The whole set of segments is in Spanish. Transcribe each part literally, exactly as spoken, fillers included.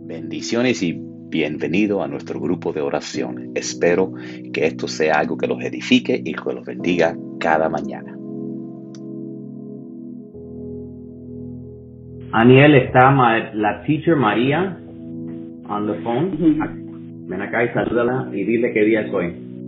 Bendiciones y bienvenido a nuestro grupo de oración. Espero que esto sea algo que los edifique y que los bendiga cada mañana. Aniel, está ma- la teacher María on the phone. Ven acá y salúdala y dile qué día es hoy.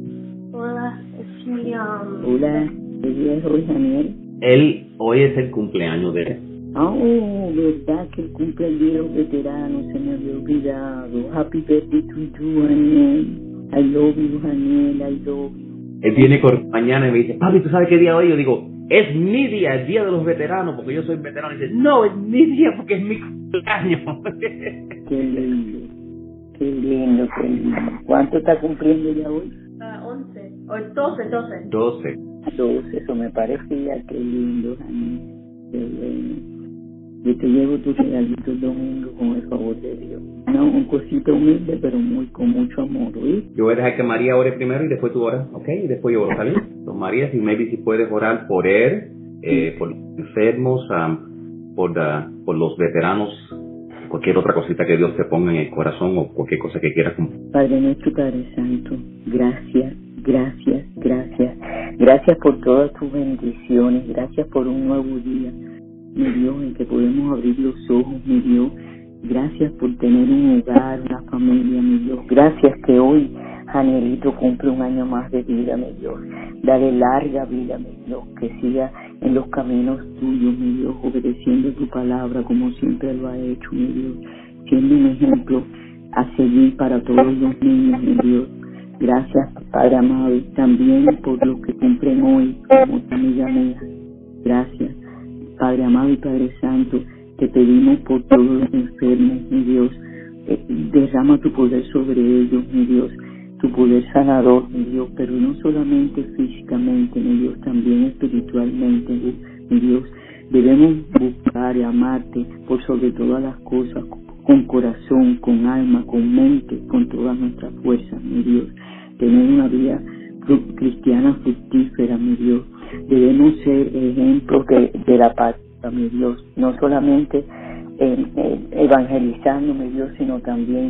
Hola, es mi um, Hola, ¿qué día es hoy, Daniel? Él, hoy es el cumpleaños de él. Oh, verdad que cumple el día de los veteranos, se me había olvidado. Happy birthday to you, Daniel. I love you, Daniel, I love you. Él viene por mañana y me dice, papi, ¿tú sabes qué día hoy? Yo digo, es mi día, el día de los veteranos, porque yo soy veterano. Y dice, no, es mi día porque es mi cumpleaños. Qué lindo, qué lindo, qué lindo. ¿Cuánto está cumpliendo ya hoy? uh, once, o doce, doce. doce. doce, eso me parecía, qué lindo, Daniel. Qué bueno. Yo te llevo tus regalitos el domingo con el favor de Dios. No, un cosito humilde, pero muy con mucho amor, ¿oí? Yo voy a dejar que María ore primero y después tú oras, ¿ok? Y después yo oro, ¿está bien? Entonces, María, si maybe si puedes orar por él, eh, por los enfermos, um, por, uh, por los veteranos, cualquier otra cosita que Dios te ponga en el corazón o cualquier cosa que quieras. Padre nuestro, Padre Santo, gracias, gracias, gracias. Gracias por todas tus bendiciones, gracias por un nuevo día, mi Dios, en que podemos abrir los ojos, mi Dios. Gracias por tener un hogar, una familia, mi Dios. Gracias que hoy Janelito cumple un año más de vida, mi Dios. Dale larga vida, mi Dios, que siga en los caminos tuyos, mi Dios, obedeciendo tu palabra como siempre lo ha hecho, mi Dios. Siendo un ejemplo a seguir para todos los niños, mi Dios. Gracias, Padre amado, también por los que cumplen hoy, como esta amiga mía. Gracias, Padre amado y Padre Santo, te pedimos por todos los enfermos, mi Dios. Eh, derrama tu poder sobre ellos, mi Dios. Tu poder sanador, mi Dios, pero no solamente físicamente, mi Dios, también espiritualmente, mi Dios. Debemos buscar y amarte por sobre todas las cosas, con corazón, con alma, con mente, con todas nuestras fuerzas, mi Dios. Tener una vida cristiana fructífera, mi Dios. Debemos ser ejemplos de, de la paz, mi Dios, no solamente eh, eh, evangelizando, mi Dios, sino también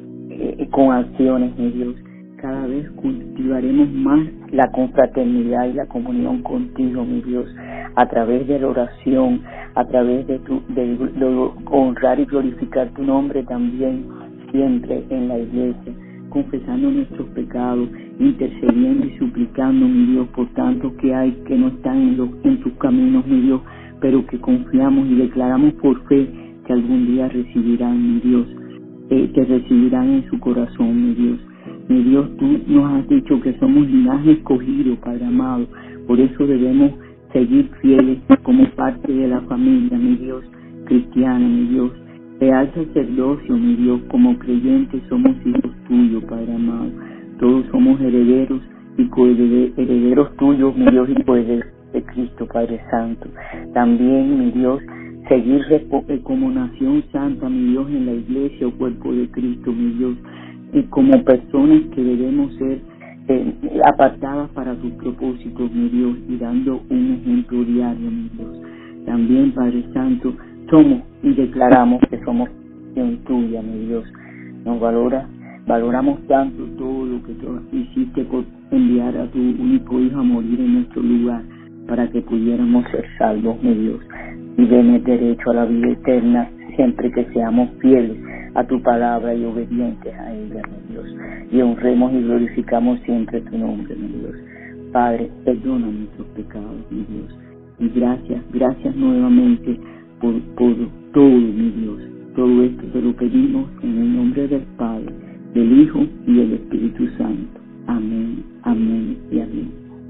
eh, con acciones, mi Dios. Cada vez cultivaremos más la confraternidad y la comunión contigo, mi Dios, a través de la oración, a través de, tu, de, de honrar y glorificar tu nombre también, siempre en la iglesia, confesando nuestros pecados, intercediendo y suplicando, mi Dios, por tanto que hay que no están en, los, en tus caminos, mi Dios, pero que confiamos y declaramos por fe que algún día recibirán, mi Dios, eh, que recibirán en su corazón, mi Dios. Mi Dios, tú nos has dicho que somos linaje escogido, Padre amado, por eso debemos seguir fieles como parte de la familia, mi Dios, cristiana, mi Dios. Real sacerdocio, mi Dios, como creyentes somos hijos tuyos, Padre amado. Todos somos herederos y coherederos tuyos, mi Dios, y coherederos de Cristo, Padre Santo. También, mi Dios, seguir como nación santa, mi Dios, en la iglesia o cuerpo de Cristo, mi Dios, y como personas que debemos ser eh, apartadas para tus propósitos, mi Dios, y dando un ejemplo diario, mi Dios. También, Padre Santo, somos y declaramos que somos en tuya, mi Dios. Nos valora, valoramos tanto todo lo que tú hiciste por enviar a tu único Hijo a morir en nuestro lugar para que pudiéramos ser salvos, mi Dios, y tener derecho a la vida eterna siempre que seamos fieles a tu palabra y obedientes a ella, mi Dios, y honremos y glorificamos siempre tu nombre, mi Dios. Padre, perdona nuestros pecados, mi Dios, y gracias, gracias nuevamente por, por todo, mi Dios. Todo esto te lo pedimos en el nombre del Padre, del Hijo y del Espíritu Santo. Amén, amén y amén.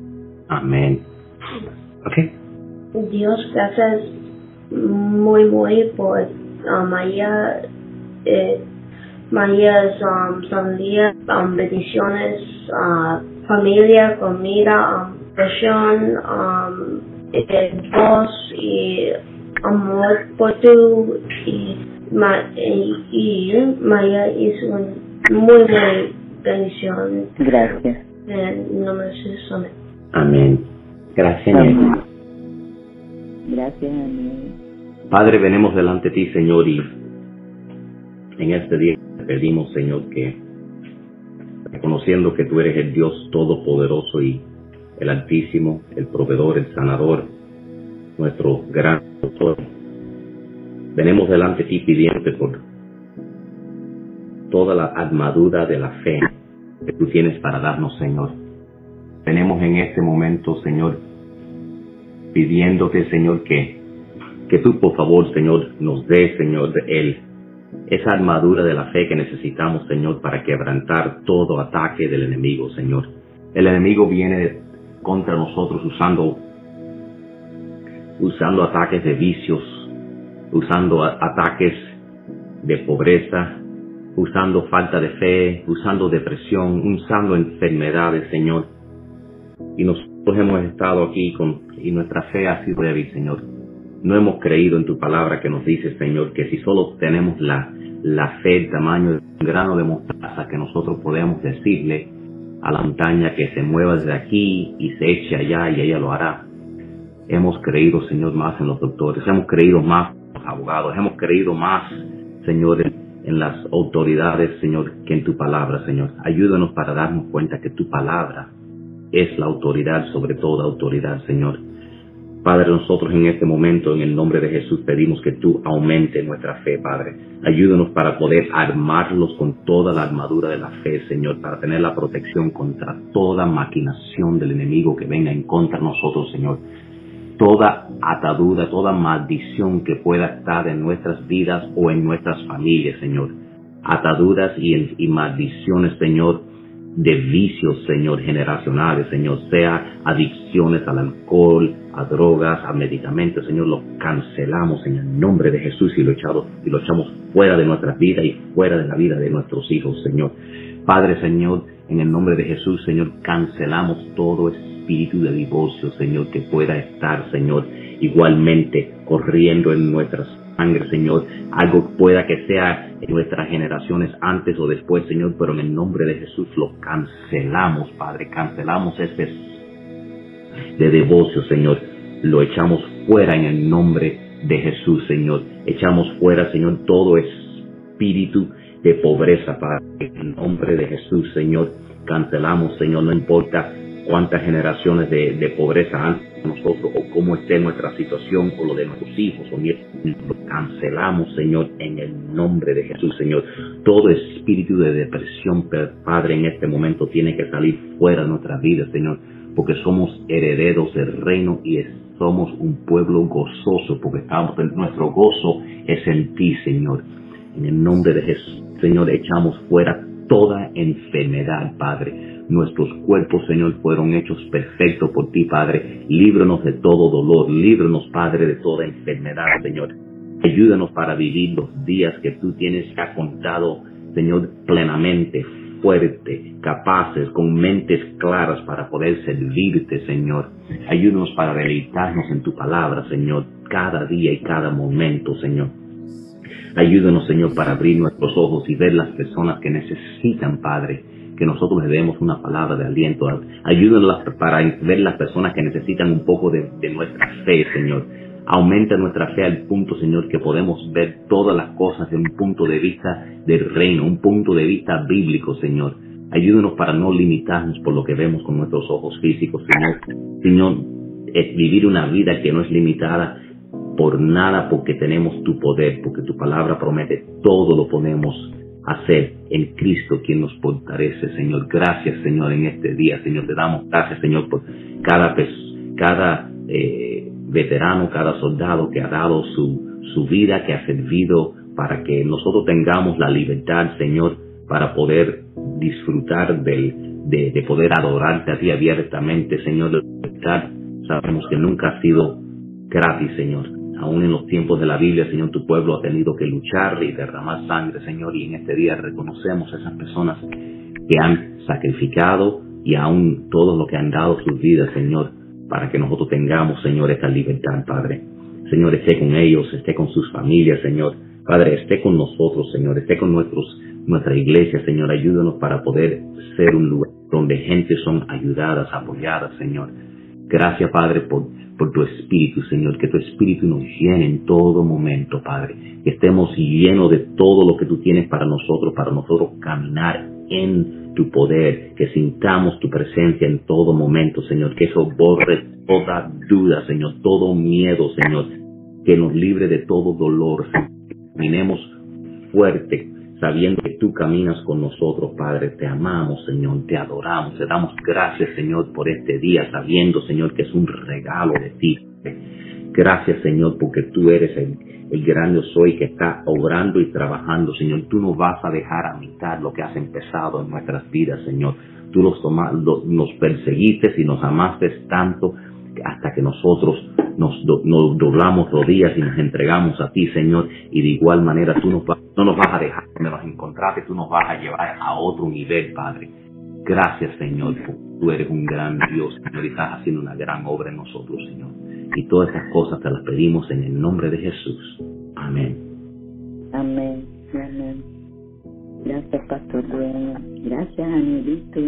Amén. Ok. Dios, gracias muy, muy por uh, María, eh, María's um, familia, um, bendiciones, uh, familia, comida, um, pasión, um, eh, voz y amor por tú y, ma, y, y María hizo una muy, muy bendición. Gracias. En nombre de Jesús, amén. Amén. Gracias, Amén. Gracias, amén. Padre, venimos delante de ti, Señor, y En este día te pedimos, Señor, que reconociendo que tú eres el Dios todopoderoso y el Altísimo, el proveedor, el sanador, nuestro gran doctor, venimos delante de ti pidiéndote por toda la armadura de la fe que tú tienes para darnos, Señor. Venimos en este momento, Señor, pidiéndote, Señor, que, que tú, por favor, Señor, nos des, Señor, el, esa armadura de la fe que necesitamos, Señor, para quebrantar todo ataque del enemigo, Señor. El enemigo viene contra nosotros usando, usando ataques de vicios, usando a, ataques de pobreza, usando falta de fe, usando depresión, usando enfermedades, Señor. Y nosotros hemos estado aquí con, y nuestra fe ha sido débil, Señor. No hemos creído en tu palabra que nos dice, Señor, que si solo tenemos la, la fe, el tamaño de un grano de mostaza, que nosotros podemos decirle a la montaña que se mueva desde aquí y se eche allá y ella lo hará. Hemos creído, Señor, más en los doctores, hemos creído más en los abogados, hemos creído más, Señor, en, en las autoridades, Señor, que en tu palabra, Señor. Ayúdanos para darnos cuenta que tu palabra es la autoridad sobre toda autoridad, Señor. Padre, nosotros en este momento, en el nombre de Jesús, pedimos que tú aumentes nuestra fe, Padre. Ayúdanos para poder armarlos con toda la armadura de la fe, Señor, para tener la protección contra toda maquinación del enemigo que venga en contra de nosotros, Señor. Toda atadura, toda maldición que pueda estar en nuestras vidas o en nuestras familias, Señor. Ataduras y, y maldiciones, Señor, de vicios, Señor, generacionales, Señor, sea adicciones al alcohol, a drogas, a medicamentos, Señor, lo cancelamos en el nombre de Jesús y lo echamos, y lo echamos fuera de nuestra vida y fuera de la vida de nuestros hijos, Señor. Padre, Señor, en el nombre de Jesús, Señor, cancelamos todo espíritu de divorcio, Señor, que pueda estar, Señor, igualmente corriendo en nuestras sangre, Señor, algo pueda que sea en nuestras generaciones antes o después, Señor, pero en el nombre de Jesús lo cancelamos, Padre, cancelamos este de divorcio, Señor, lo echamos fuera en el nombre de Jesús, Señor, echamos fuera, Señor, todo espíritu de pobreza, Padre, en el nombre de Jesús, Señor, cancelamos, Señor, no importa cuántas generaciones de, de pobreza han nosotros o cómo esté nuestra situación o lo de nuestros hijos o nietos, lo cancelamos, Señor, en el nombre de Jesús, Señor. Todo espíritu de depresión, Padre, en este momento tiene que salir fuera de nuestra vida, Señor, porque somos herederos del reino y es, somos un pueblo gozoso, porque estamos en nuestro gozo es en ti, Señor. En el nombre de Jesús, Señor, echamos fuera toda enfermedad, Padre. Nuestros cuerpos, Señor, fueron hechos perfectos por ti, Padre. Líbranos de todo dolor. Líbranos, Padre, de toda enfermedad, Señor. Ayúdanos para vivir los días que tú tienes ya contado, Señor, plenamente, fuerte, capaces, con mentes claras para poder servirte, Señor. Ayúdanos para deleitarnos en tu palabra, Señor, cada día y cada momento, Señor. Ayúdanos, Señor, para abrir nuestros ojos y ver las personas que necesitan, Padre, que nosotros le demos una palabra de aliento. Ayúdanos para ver las personas que necesitan un poco de, de nuestra fe, Señor. Aumenta nuestra fe al punto, Señor, que podemos ver todas las cosas de un punto de vista del reino, un punto de vista bíblico, Señor. Ayúdanos para no limitarnos por lo que vemos con nuestros ojos físicos, Señor. Señor, es vivir una vida que no es limitada por nada, porque tenemos tu poder, porque tu palabra promete, todo lo podemos hacer en Cristo, quien nos fortalece, Señor. Gracias, Señor, en este día, Señor. Te damos gracias, Señor, por cada, cada eh, veterano, cada soldado que ha dado su, su vida, que ha servido para que nosotros tengamos la libertad, Señor, para poder disfrutar del, de, de poder adorarte a ti abiertamente, Señor. La libertad sabemos que nunca ha sido gratis, Señor. Aún en los tiempos de la Biblia, Señor, tu pueblo ha tenido que luchar y derramar sangre, Señor, y en este día reconocemos a esas personas que han sacrificado y aún todos los que han dado sus vidas, Señor, para que nosotros tengamos, Señor, esta libertad, Padre. Señor, esté con ellos, esté con sus familias, Señor. Padre, esté con nosotros, Señor, esté con nuestros, nuestra iglesia, Señor. Ayúdanos para poder ser un lugar donde gente son ayudadas, apoyadas, Señor. Gracias, Padre, por por tu espíritu, Señor, que tu espíritu nos llene en todo momento, Padre, que estemos llenos de todo lo que tú tienes para nosotros, para nosotros caminar en tu poder, que sintamos tu presencia en todo momento, Señor, que eso borre toda duda, Señor, todo miedo, Señor, que nos libre de todo dolor, Señor. Caminemos fuerte, sabiendo que tú caminas con nosotros, Padre. Te amamos, Señor, te adoramos, te damos gracias, Señor, por este día, sabiendo, Señor, que es un regalo de ti. Gracias, Señor, porque tú eres el, el gran yo soy que está obrando y trabajando, Señor. Tú no vas a dejar a mitad lo que has empezado en nuestras vidas, Señor. Tú los toma, lo, nos perseguiste y nos amaste tanto hasta que nosotros nos, do, nos doblamos rodillas y nos entregamos a ti, Señor, y de igual manera tú nos va, no nos vas a dejar donde nos encontraste, tú nos vas a llevar a otro nivel, Padre. Gracias, Señor, porque tú eres un gran Dios, Señor, y estás haciendo una gran obra en nosotros, Señor. Y todas esas cosas te las pedimos en el nombre de Jesús. Amén. Amén. Amén. Gracias, Pastor Bueno. Gracias, Anelito.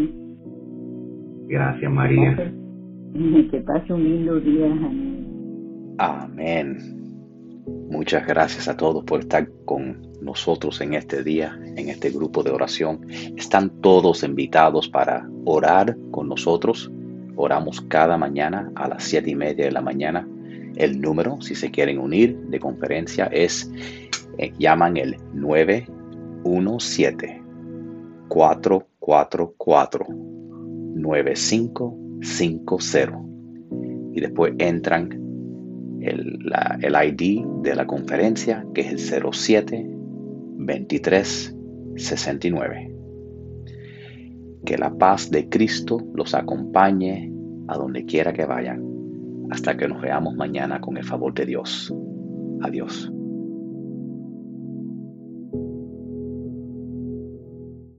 Gracias, María. Que pase un lindo día, Anel. Amén. Muchas gracias a todos por estar con nosotros en este día, en este grupo de oración. Están todos invitados para orar con nosotros. Oramos cada mañana a las siete y media de la mañana. El número, si se quieren unir de conferencia, es, eh, llaman el nueve uno siete, cuatro cuatro cuatro, nueve cinco cinco cero. Y después entran el, la, el I D de la conferencia, que es el cero siete, veintitrés, sesenta y nueve. Que la paz de Cristo los acompañe a donde quiera que vayan, hasta que nos veamos mañana con el favor de Dios. Adiós.